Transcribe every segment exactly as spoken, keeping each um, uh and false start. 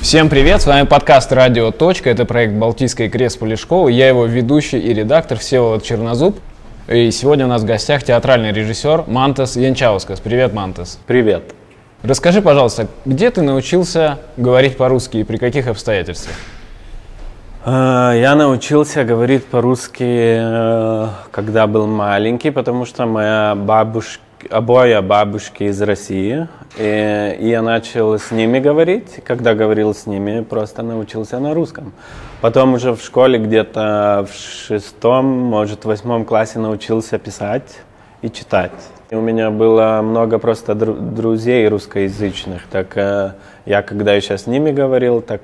Всем привет, с вами подкаст «Радио. Точка». Это проект Балтийской Кресполи школы. Я его ведущий и редактор Всеволод Чернозуб. И сегодня у нас в гостях театральный режиссер Мантас Янчаускас. Привет, Мантас. Привет. Расскажи, пожалуйста, где ты научился говорить по-русски и при каких обстоятельствах? Я научился говорить по-русски, когда был маленький, потому что моя бабушка, обои бабушки из России, и, и я начал с ними говорить. Когда говорил с ними, просто научился на русском. Потом уже в школе где-то в шестом, может, в восьмом классе научился писать и читать. И у меня было много просто дру- друзей русскоязычных, так э, я когда еще с ними говорил, так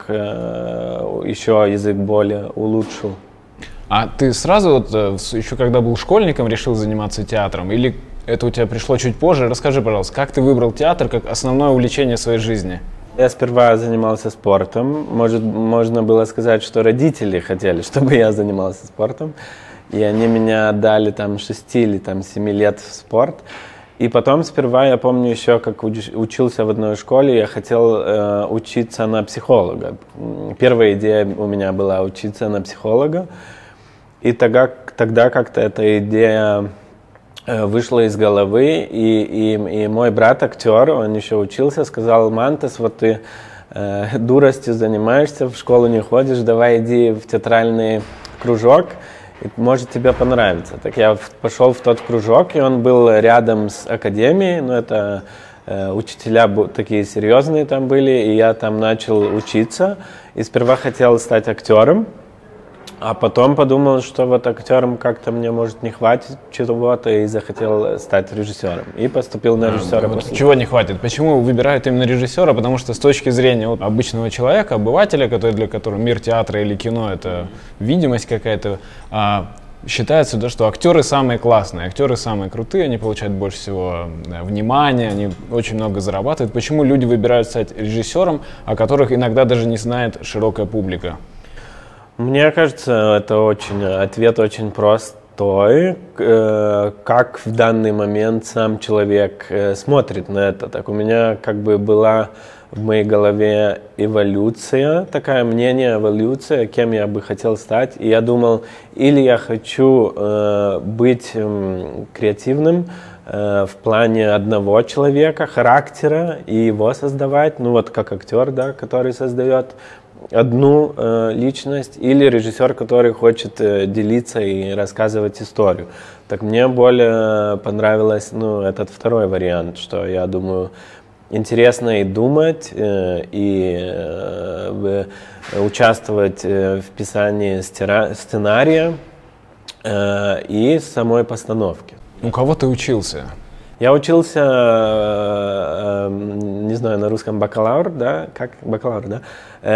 э, еще язык более улучшил. А ты сразу, вот, еще когда был школьником, решил заниматься театром? Или это у тебя пришло чуть позже? Расскажи, пожалуйста, как ты выбрал театр как основное увлечение своей жизни? Я сперва занимался спортом. Может, можно было сказать, что родители хотели, чтобы я занимался спортом. И они меня отдали там шести или там семи лет в спорт. И потом сперва, я помню еще, как уч- учился в одной школе, я хотел э, учиться на психолога. Первая идея у меня была учиться на психолога. И тогда, тогда как-то эта идея э, вышла из головы. И, и, и мой брат, актер, он еще учился, сказал: «Мантас, вот ты э, дуростью занимаешься, в школу не ходишь, давай иди в театральный кружок. Может, тебе понравится». Так я пошел в тот кружок, и он был рядом с академией, но это э, учителя такие серьезные там были, и я там начал учиться. И сперва хотел стать актером, а потом подумал, что вот актером как-то мне, может, не хватит чего-то, и захотел стать режиссером. И поступил на режиссера. А, вот чего не хватит? Почему выбирают именно режиссера? Потому что с точки зрения вот, обычного человека, обывателя, который, для которого мир театра или кино — это видимость какая-то, а, считается, да, что актеры самые классные, актеры самые крутые, они получают больше всего да, внимания, они очень много зарабатывают. Почему люди выбирают стать режиссером, о которых иногда даже не знает широкая публика? Мне кажется, это очень, ответ очень простой, э, как в данный момент сам человек э, смотрит на это. Так у меня как бы была в моей голове эволюция, такая мнение, эволюция, кем я бы хотел стать. И я думал, или я хочу э, быть э, креативным э, в плане одного человека, характера, и его создавать, ну вот как актер, да, который создает одну э, личность, или режиссер, который хочет э, делиться и рассказывать историю. Так мне более понравилось, ну, этот второй вариант, что я думаю, интересно и думать, э, и э, участвовать э, в писании стера- сценария э, и самой постановки. У кого ты учился? Я учился, э, не знаю, на русском бакалавр, да, как бакалавр, да,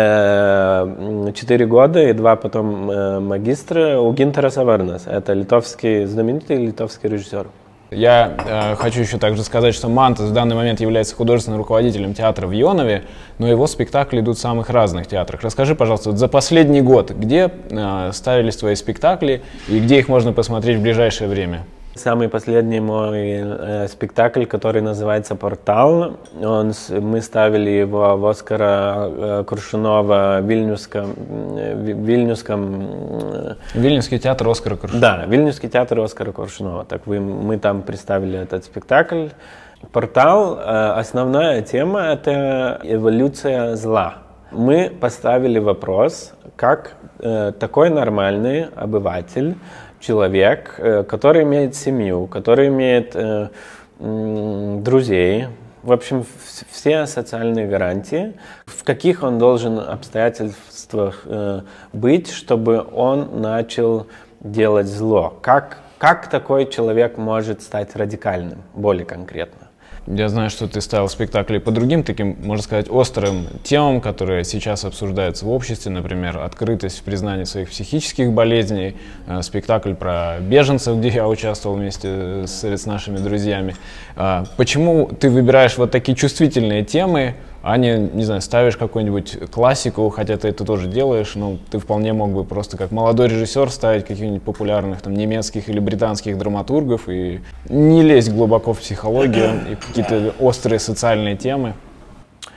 четыре года и два потом э, магистра у Гинтерас Аварнас. Это литовский, знаменитый литовский режиссер. Я э, хочу еще также сказать, что Мантас в данный момент является художественным руководителем театра в Ионове, но его спектакли идут в самых разных театрах. Расскажи, пожалуйста, вот за последний год, где э, ставились твои спектакли и где их можно посмотреть в ближайшее время? Самый последний мой э, спектакль, который называется «Портал», он, мы ставили его в Оскара э, Крушунова в Вильнюсском, э, Вильнюсском э, Вильнюсский театр Оскара Крушунова. Да, Вильнюсский театр Оскара Крушунова. Так вы, мы там представили этот спектакль. «Портал», э, основная тема — это эволюция зла. Мы поставили вопрос, как э, такой нормальный обыватель, человек, э, который имеет семью, который имеет э, э, друзей, в общем, в, все социальные гарантии, в каких он должен обстоятельствах э, быть, чтобы он начал делать зло. Как, как такой человек может стать радикальным, более конкретно? Я знаю, что ты ставил спектакли по другим таким, можно сказать, острым темам, которые сейчас обсуждаются в обществе, например, открытость в признании своих психических болезней, э, спектакль про беженцев, где я участвовал вместе с, с нашими друзьями. Э, почему ты выбираешь вот такие чувствительные темы, а не, не знаю, ставишь какую-нибудь классику, хотя ты это тоже делаешь, но ты вполне мог бы просто как молодой режиссер ставить каких-нибудь популярных там немецких или британских драматургов и не лезть глубоко в психологию и какие-то острые социальные темы?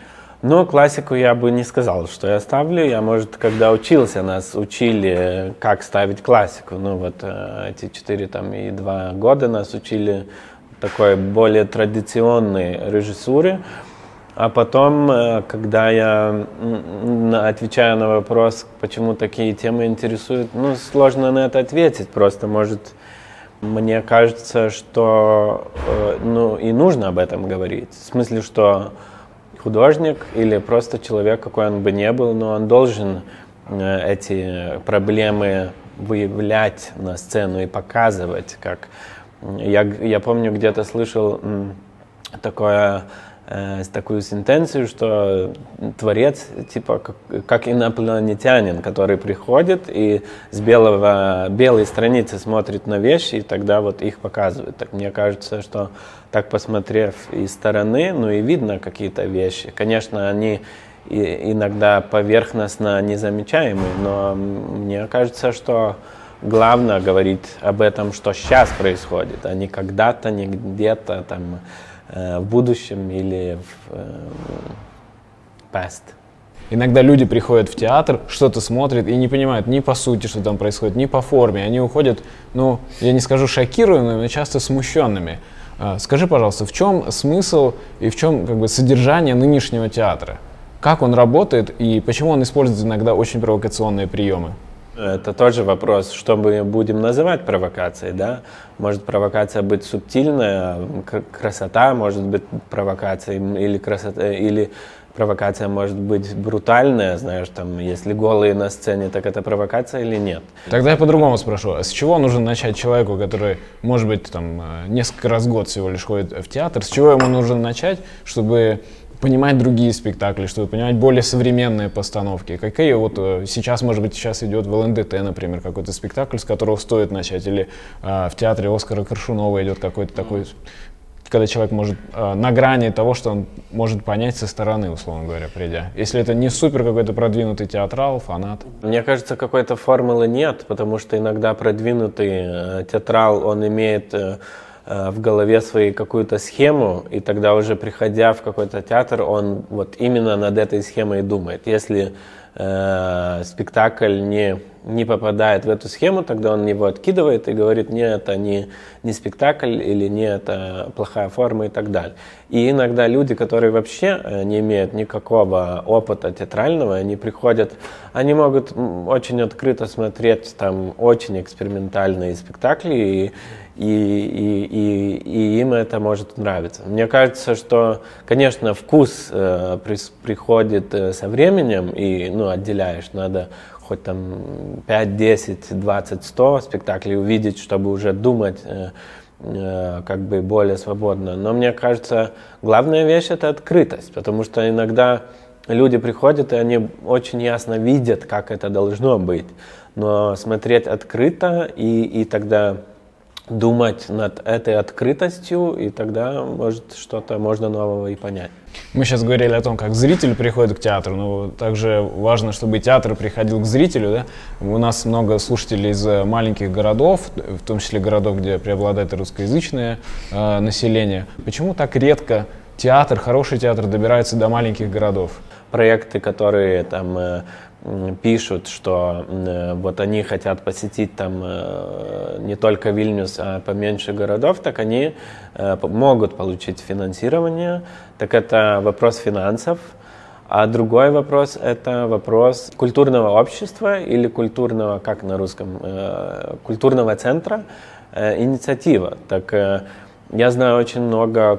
Но классику я бы не сказал, что я ставлю. Я, может, когда учился, нас учили, как ставить классику. Ну вот э, эти четыре там, и два года нас учили такой более традиционной режиссуре. А потом, э, когда я м, отвечаю на вопрос, почему такие темы интересуют, ну, сложно на это ответить. Просто, может, мне кажется, что э, ну, и нужно об этом говорить. В смысле, что художник или просто человек, какой он бы ни был, но он должен э, эти проблемы выявлять на сцену и показывать. Как я, я помню, где-то слышал м, такое, э, такую сентенцию, что творец типа как, как инопланетянин, который приходит и с белого, белой страницы смотрит на вещи и тогда вот их показывает. Так мне кажется, что так посмотрев из стороны, ну и видно какие-то вещи. Конечно, они и, иногда поверхностно незамечаемые, но мне кажется, что главное говорить об этом, что сейчас происходит, а не когда-то, не где-то там э, в будущем или в э, past. Иногда люди приходят в театр, что-то смотрят и не понимают ни по сути, что там происходит, ни по форме. Они уходят, ну, я не скажу шокированными, но часто смущенными. Скажи, пожалуйста, в чем смысл и в чем как бы содержание нынешнего театра? Как он работает и почему он использует иногда очень провокационные приемы? Это тоже вопрос, что мы будем называть провокацией, да? Может провокация быть субтильная, красота может быть провокацией, или красота, или провокация может быть брутальная, знаешь, там, если голые на сцене, так это провокация или нет? Тогда я по-другому спрошу. А с чего нужно начать человеку, который, может быть, там, несколько раз в год всего лишь ходит в театр, с чего ему нужно начать, чтобы понимать другие спектакли, чтобы понимать более современные постановки? Какие вот сейчас, может быть, сейчас идет в эл эн дэ тэ, например, какой-то спектакль, с которого стоит начать, или э, в театре Оскара Коршунова идет какой-то такой, когда человек может э, на грани того, что он может понять со стороны, условно говоря, придя. Если это не супер какой-то продвинутый театрал, фанат. Мне кажется, какой-то формулы нет, потому что иногда продвинутый э, театрал, он имеет э, в голове своей какую-то схему, и тогда уже приходя в какой-то театр, он вот именно над этой схемой думает. Если э, спектакль не, не попадает в эту схему, тогда он его откидывает и говорит, нет, это не, не спектакль, или нет, это плохая форма и так далее. И иногда люди, которые вообще не имеют никакого опыта театрального, они приходят, они могут очень открыто смотреть там очень экспериментальные спектакли, и И, и, и, и им это может нравиться. Мне кажется, что, конечно, вкус э, при, приходит э, со временем, и ну, отделяешь, надо хоть там пять, десять, двадцать, сто спектаклей увидеть, чтобы уже думать э, э, как бы более свободно. Но мне кажется, главная вещь — это открытость, потому что иногда люди приходят, и они очень ясно видят, как это должно быть. Но смотреть открыто, и, и тогда думать над этой открытостью, и тогда, может, что-то можно нового и понять. Мы сейчас говорили о том, как зритель приходит к театру, но также важно, чтобы театр приходил к зрителю, да? У нас много слушателей из маленьких городов, в том числе городов, где преобладает русскоязычное э, население. Почему так редко театр, хороший театр добирается до маленьких городов? Проекты, которые там э, пишут, что э, вот они хотят посетить там э, не только Вильнюс, а поменьше городов, так они э, могут получить финансирование. Так это вопрос финансов. А другой вопрос — это вопрос культурного общества или культурного, как на русском, э, культурного центра, э, инициатива. Так, э, я знаю очень много э,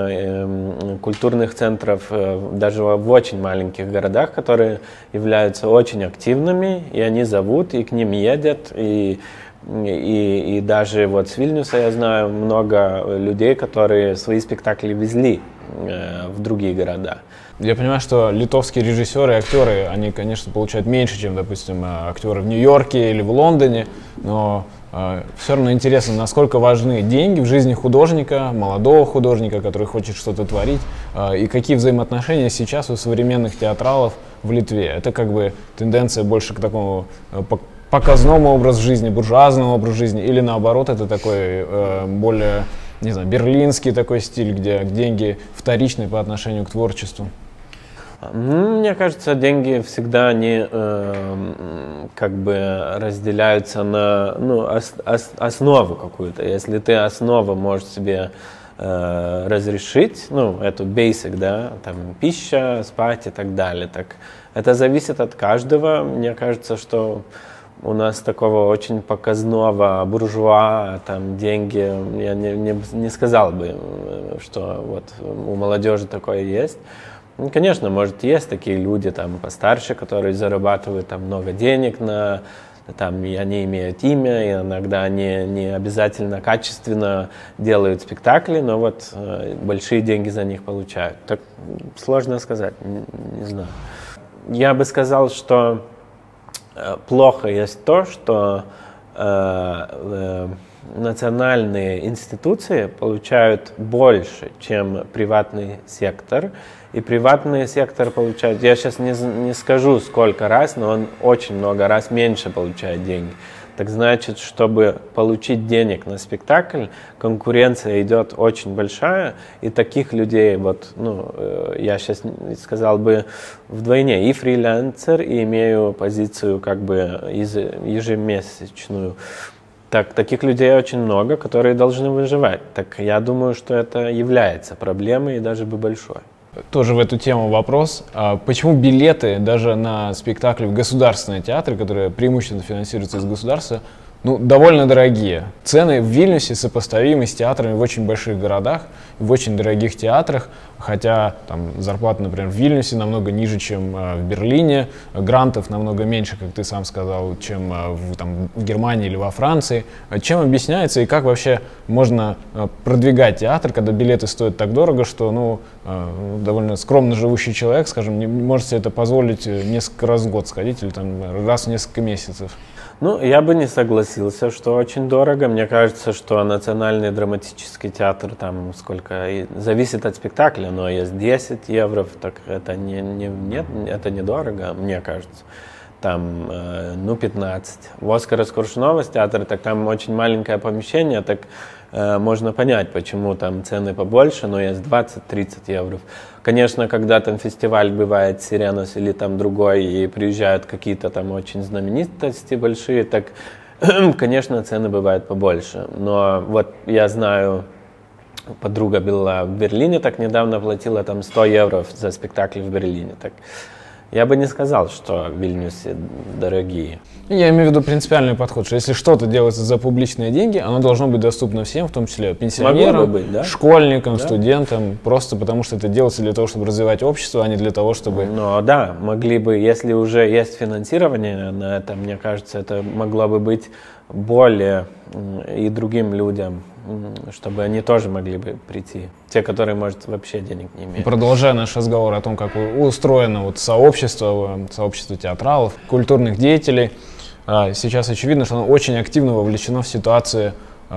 э, культурных центров, э, даже в очень маленьких городах, которые являются очень активными, и они зовут, и к ним едят, и, и, и даже вот с Вильнюса я знаю много людей, которые свои спектакли везли э, в другие города. Я понимаю, что литовские режиссеры и актеры, они, конечно, получают меньше, чем, допустим, актеры в Нью-Йорке или в Лондоне, но э, все равно интересно, насколько важны деньги в жизни художника, молодого художника, который хочет что-то творить, э, и какие взаимоотношения сейчас у современных театралов в Литве. Это как бы тенденция больше к такому э, показному образу жизни, буржуазному образу жизни, или наоборот, это такой э, более, не знаю, берлинский такой стиль, где деньги вторичны по отношению к творчеству? Мне кажется, деньги всегда они э, как бы разделяются на ну, ос, ос, основу какую-то. Если ты основу можешь себе э, разрешить, ну, эту basic, да, там, пища, спать и так далее, так это зависит от каждого. Мне кажется, что у нас такого очень показного буржуа, там, деньги, я не, не, не сказал бы, что вот у молодежи такое есть. Ну, конечно, может, есть такие люди там постарше, которые зарабатывают там много денег на, там, и они имеют имя, и иногда они не обязательно качественно делают спектакли, но вот э, большие деньги за них получают. Так сложно сказать, не, не знаю. Я бы сказал, что э, плохо есть то, что э, э, национальные институции получают больше, чем приватный сектор. И приватный сектор получает, я сейчас не, не скажу сколько раз, но он очень много раз меньше получает деньги. Так значит, чтобы получить денег на спектакль, конкуренция идет очень большая, и таких людей, вот, ну, я сейчас сказал бы вдвойне, и фрилансер, и имею позицию как бы ежемесячную. Так, таких людей очень много, которые должны выживать. Так я думаю, что это является проблемой и даже бы большой. Тоже в эту тему вопрос. А почему билеты даже на спектакли в государственные театры, которые преимущественно финансируются из государства, ну, довольно дорогие? Цены в Вильнюсе сопоставимы с театрами в очень больших городах, в очень дорогих театрах, хотя там зарплата, например, в Вильнюсе намного ниже, чем э, в Берлине, грантов намного меньше, как ты сам сказал, чем э, в, там, в Германии или во Франции. Чем объясняется и как вообще можно э, продвигать театр, когда билеты стоят так дорого, что ну, э, довольно скромно живущий человек, скажем, не может себе это позволить несколько раз в год сходить или там, раз в несколько месяцев? Ну, я бы не согласился, что очень дорого. Мне кажется, что Национальный драматический театр, там сколько, зависит от спектакля, но есть десять евро, так это не, не, нет, это недорого, мне кажется. Там, э, ну, пятнадцать. В Оскара Скоршунова театр, так там очень маленькое помещение, так э, можно понять, почему там цены побольше, но есть двадцать-тридцать евро. Конечно, когда там фестиваль бывает Сиренос или там другой, и приезжают какие-то там очень знаменитости большие, так, конечно, цены бывают побольше. Но вот я знаю, подруга была в Берлине, так недавно платила там сто евро за спектакль в Берлине. Так я бы не сказал, что в Вильнюсе дорогие. Я имею в виду принципиальный подход, что если что-то делается за публичные деньги, оно должно быть доступно всем, в том числе пенсионерам, быть, да? школьникам, да? студентам, просто потому что это делается для того, чтобы развивать общество, а не для того, чтобы... Ну да, могли бы, если уже есть финансирование на это, мне кажется, это могло бы быть более и другим людям, чтобы они тоже могли бы прийти. Те, которые, может, вообще денег не имеют. Продолжая наш разговор о том, как устроено вот сообщество, сообщество театралов, культурных деятелей, сейчас очевидно, что оно очень активно вовлечено в ситуацию,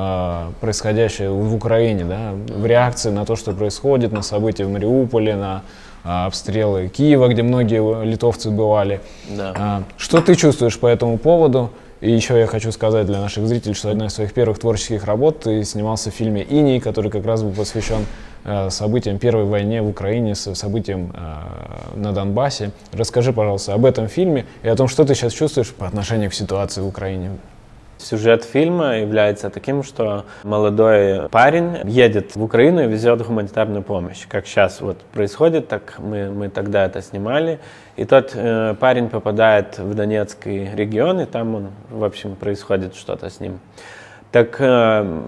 происходящую в Украине, да, в реакции на то, что происходит, на события в Мариуполе, на обстрелы Киева, где многие литовцы бывали. Да. Что ты чувствуешь по этому поводу? И еще я хочу сказать для наших зрителей, что одна из своих первых творческих работ ты снимался в фильме «Иней», который как раз был посвящен э, событиям Первой войны в Украине, событиям э, на Донбассе. Расскажи, пожалуйста, об этом фильме и о том, что ты сейчас чувствуешь по отношению к ситуации в Украине. Сюжет фильма является таким, что молодой парень едет в Украину и везет гуманитарную помощь. Как сейчас вот происходит, так мы, мы тогда это снимали. И тот э, парень попадает в Донецкий регион, и там он, в общем, происходит что-то с ним. Так, э,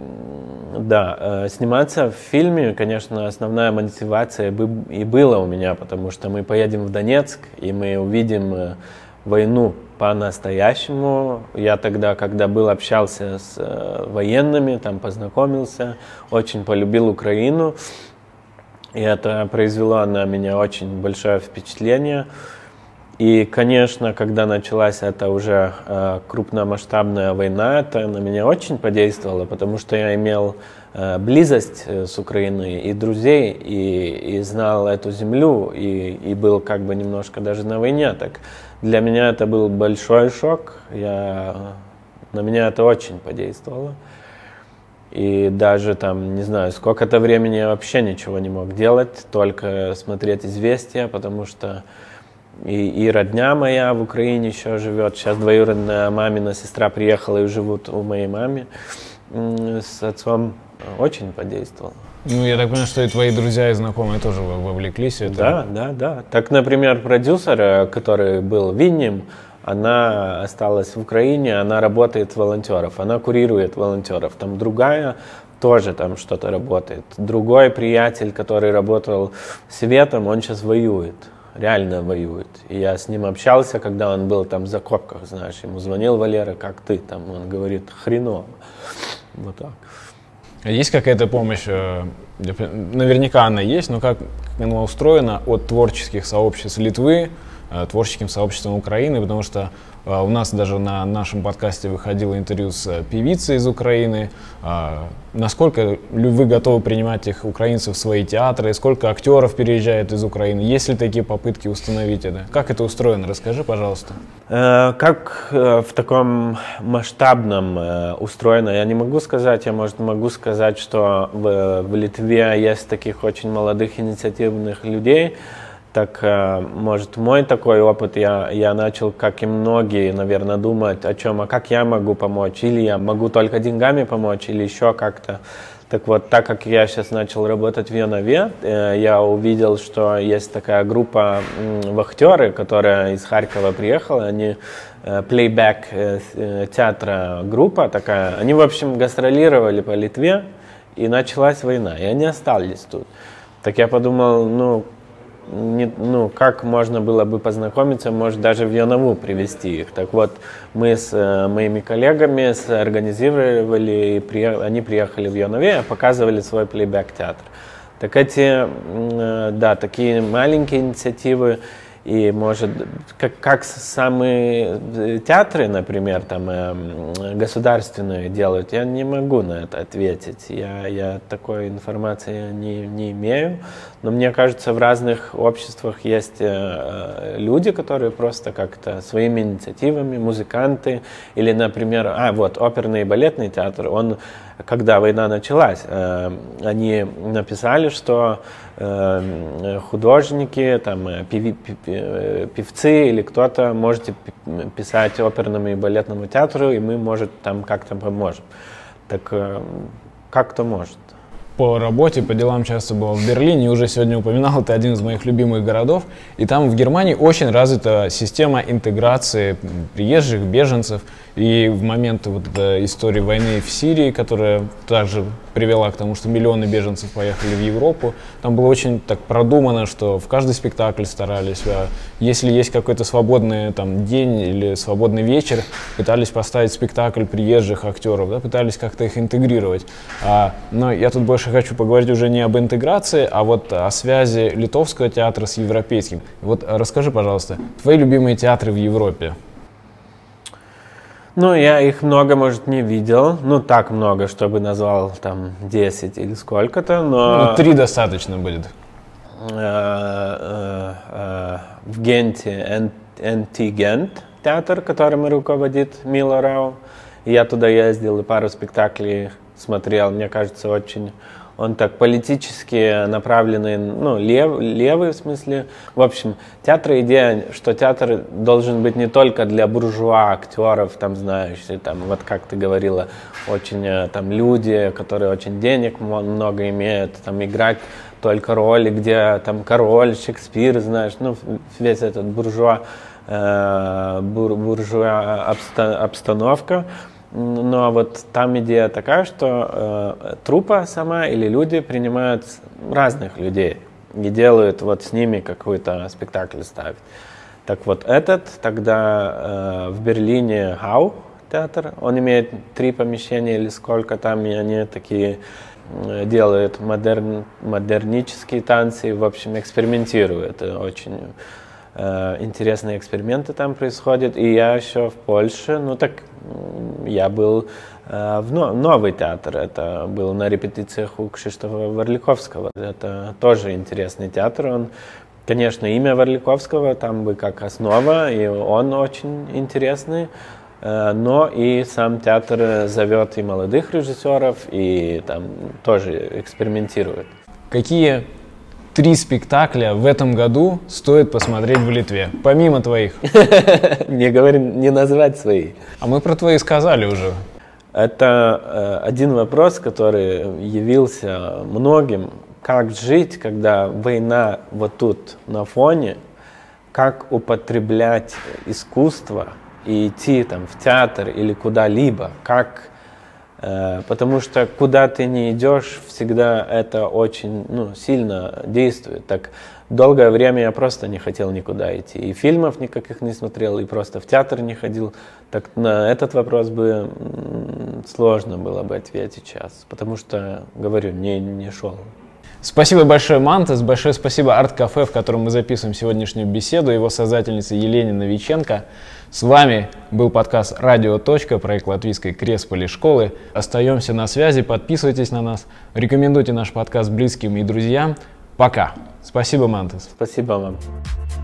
да, э, сниматься в фильме, конечно, основная мотивация бы, и была у меня, потому что мы поедем в Донецк, и мы увидим э, войну по-настоящему. Я тогда, когда был, общался с э, военными, там познакомился, очень полюбил Украину. И это произвело на меня очень большое впечатление. И, конечно, когда началась эта уже э, крупномасштабная война, это на меня очень подействовало, потому что я имел э, близость с Украиной и друзей, и, и знал эту землю, и, и был как бы немножко даже на войне. Так для меня это был большой шок, я, на меня это очень подействовало. И даже там, не знаю, сколько-то времени я вообще ничего не мог делать, только смотреть известия, потому что и, и родня моя в Украине еще живет. Сейчас двоюродная мамина сестра приехала и живут у моей мамы с отцом. Очень подействовало. Ну, я так понимаю, что и твои друзья и знакомые тоже вовлеклись в это. Да, да, да. Так, например, продюсер, который был Винним, она осталась в Украине, она работает волонтеров, она курирует волонтеров. Там другая тоже там что-то работает. Другой приятель, который работал Светом, он сейчас воюет, реально воюет. И я с ним общался, когда он был там в закопках, знаешь, ему звонил Валера, как ты там, он говорит, хреново. Вот так. Есть какая-то помощь, наверняка она есть, но как она устроена от творческих сообществ Литвы, творческим сообществом Украины, потому что у нас даже на нашем подкасте выходило интервью с певицей из Украины. Насколько вы готовы принимать этих украинцев в свои театры? Сколько актеров переезжает из Украины? Есть ли такие попытки установить это? Как это устроено? Расскажи, пожалуйста. Как в таком масштабном устроено, я не могу сказать. Я, может, могу сказать, что в, в Литве есть таких очень молодых инициативных людей. Так, может, мой такой опыт, я, я начал, как и многие, наверное, думать о чем, а как я могу помочь, или я могу только деньгами помочь, или еще как-то. Так вот, так как я сейчас начал работать в Йонове, я увидел, что есть такая группа вахтеры, которая из Харькова приехала, они плейбэк театра группа такая, они, в общем, гастролировали по Литве, и началась война, и они остались тут. Так я подумал, ну, Не, ну, как можно было бы познакомиться, может, даже в Йонову привести их. Так вот, мы с э, моими коллегами организировали, и при, они приехали в Йонове, показывали свой плейбэк-театр. Так эти, э, да, такие маленькие инициативы, и, может, как, как самые театры, например, там, э, государственные делают, я не могу на это ответить. Я, я такой информации не, не имею. Но мне кажется, в разных обществах есть э, люди, которые просто как-то своими инициативами, музыканты, или, например, а, вот, оперный и балетный театр, он, когда война началась, э, они написали, что э, художники, там, пев, певцы или кто-то можете писать оперному и балетному театру, и мы, может, там как-то поможем. Так э, как-то может. По работе, по делам часто был в Берлине, уже сегодня упоминал, это один из моих любимых городов. И там в Германии очень развита система интеграции приезжих, беженцев. И в момент вот истории войны в Сирии, которая также привела к тому, что миллионы беженцев поехали в Европу, там было очень так продумано, что в каждый спектакль старались, а если есть какой-то свободный там, день или свободный вечер, пытались поставить спектакль приезжих актеров, да, пытались как-то их интегрировать. А, но я тут больше хочу поговорить уже не об интеграции, а вот о связи литовского театра с европейским. Вот расскажи, пожалуйста, твои любимые театры в Европе? Ну, я их много, может, не видел. Ну, так много, чтобы назвал там десять или сколько-то, но... Ну, три достаточно будет. В Генте эн ти Гент театр, которым руководит Мила Рау. Я туда ездил и пару спектаклей смотрел. Мне кажется, очень... Он так политически направленный, ну, лев, левый в смысле. В общем, театр, идея, что театр должен быть не только для буржуа, актеров, там, знаешь, и, там, вот как ты говорила, очень там люди, которые очень денег много имеют, там, играть только роли, где там король, Шекспир, знаешь, ну, весь этот буржуа, э, бур, буржуа обста, обстановка. Но вот там идея такая, что э, труппа сама или люди принимают разных людей и делают вот с ними какой-то спектакль ставят. Так вот этот тогда э, в Берлине Хау театр, он имеет три помещения или сколько там, и они такие э, делают модерн, модернические танцы, в общем, экспериментируют. Это очень э, интересные эксперименты там происходят. И я еще в Польше, ну так я был э, в но, новый театр, это был на репетициях у Кшиштофа Варликовского. Это тоже интересный театр. Он, конечно, имя Варликовского там бы как основа, и он очень интересный. но и сам театр зовет и молодых режиссеров, и там тоже экспериментирует. Какие три спектакля в этом году стоит посмотреть в Литве, помимо твоих? Не говори, не называть свои. А мы про твои сказали уже. Это один вопрос, который явился многим. Как жить, когда война вот тут на фоне, как употреблять искусство и идти там в театр или куда-либо, как, э, потому что куда ты не идешь, всегда это очень ну, сильно действует. Так долгое время я просто не хотел никуда идти, и фильмов никаких не смотрел, и просто в театр не ходил. Так на этот вопрос бы м, сложно было бы ответить сейчас, потому что, говорю, не, не шел. Спасибо большое, Мантес. Большое спасибо Арт-кафе, в котором мы записываем сегодняшнюю беседу, его создательнице Елене Новиченко. С вами был подкаст «Радио. Точка», проект латвийской Кресполи школы. Остаемся на связи, подписывайтесь на нас, рекомендуйте наш подкаст близким и друзьям. Пока. Спасибо, Мантес. Спасибо вам.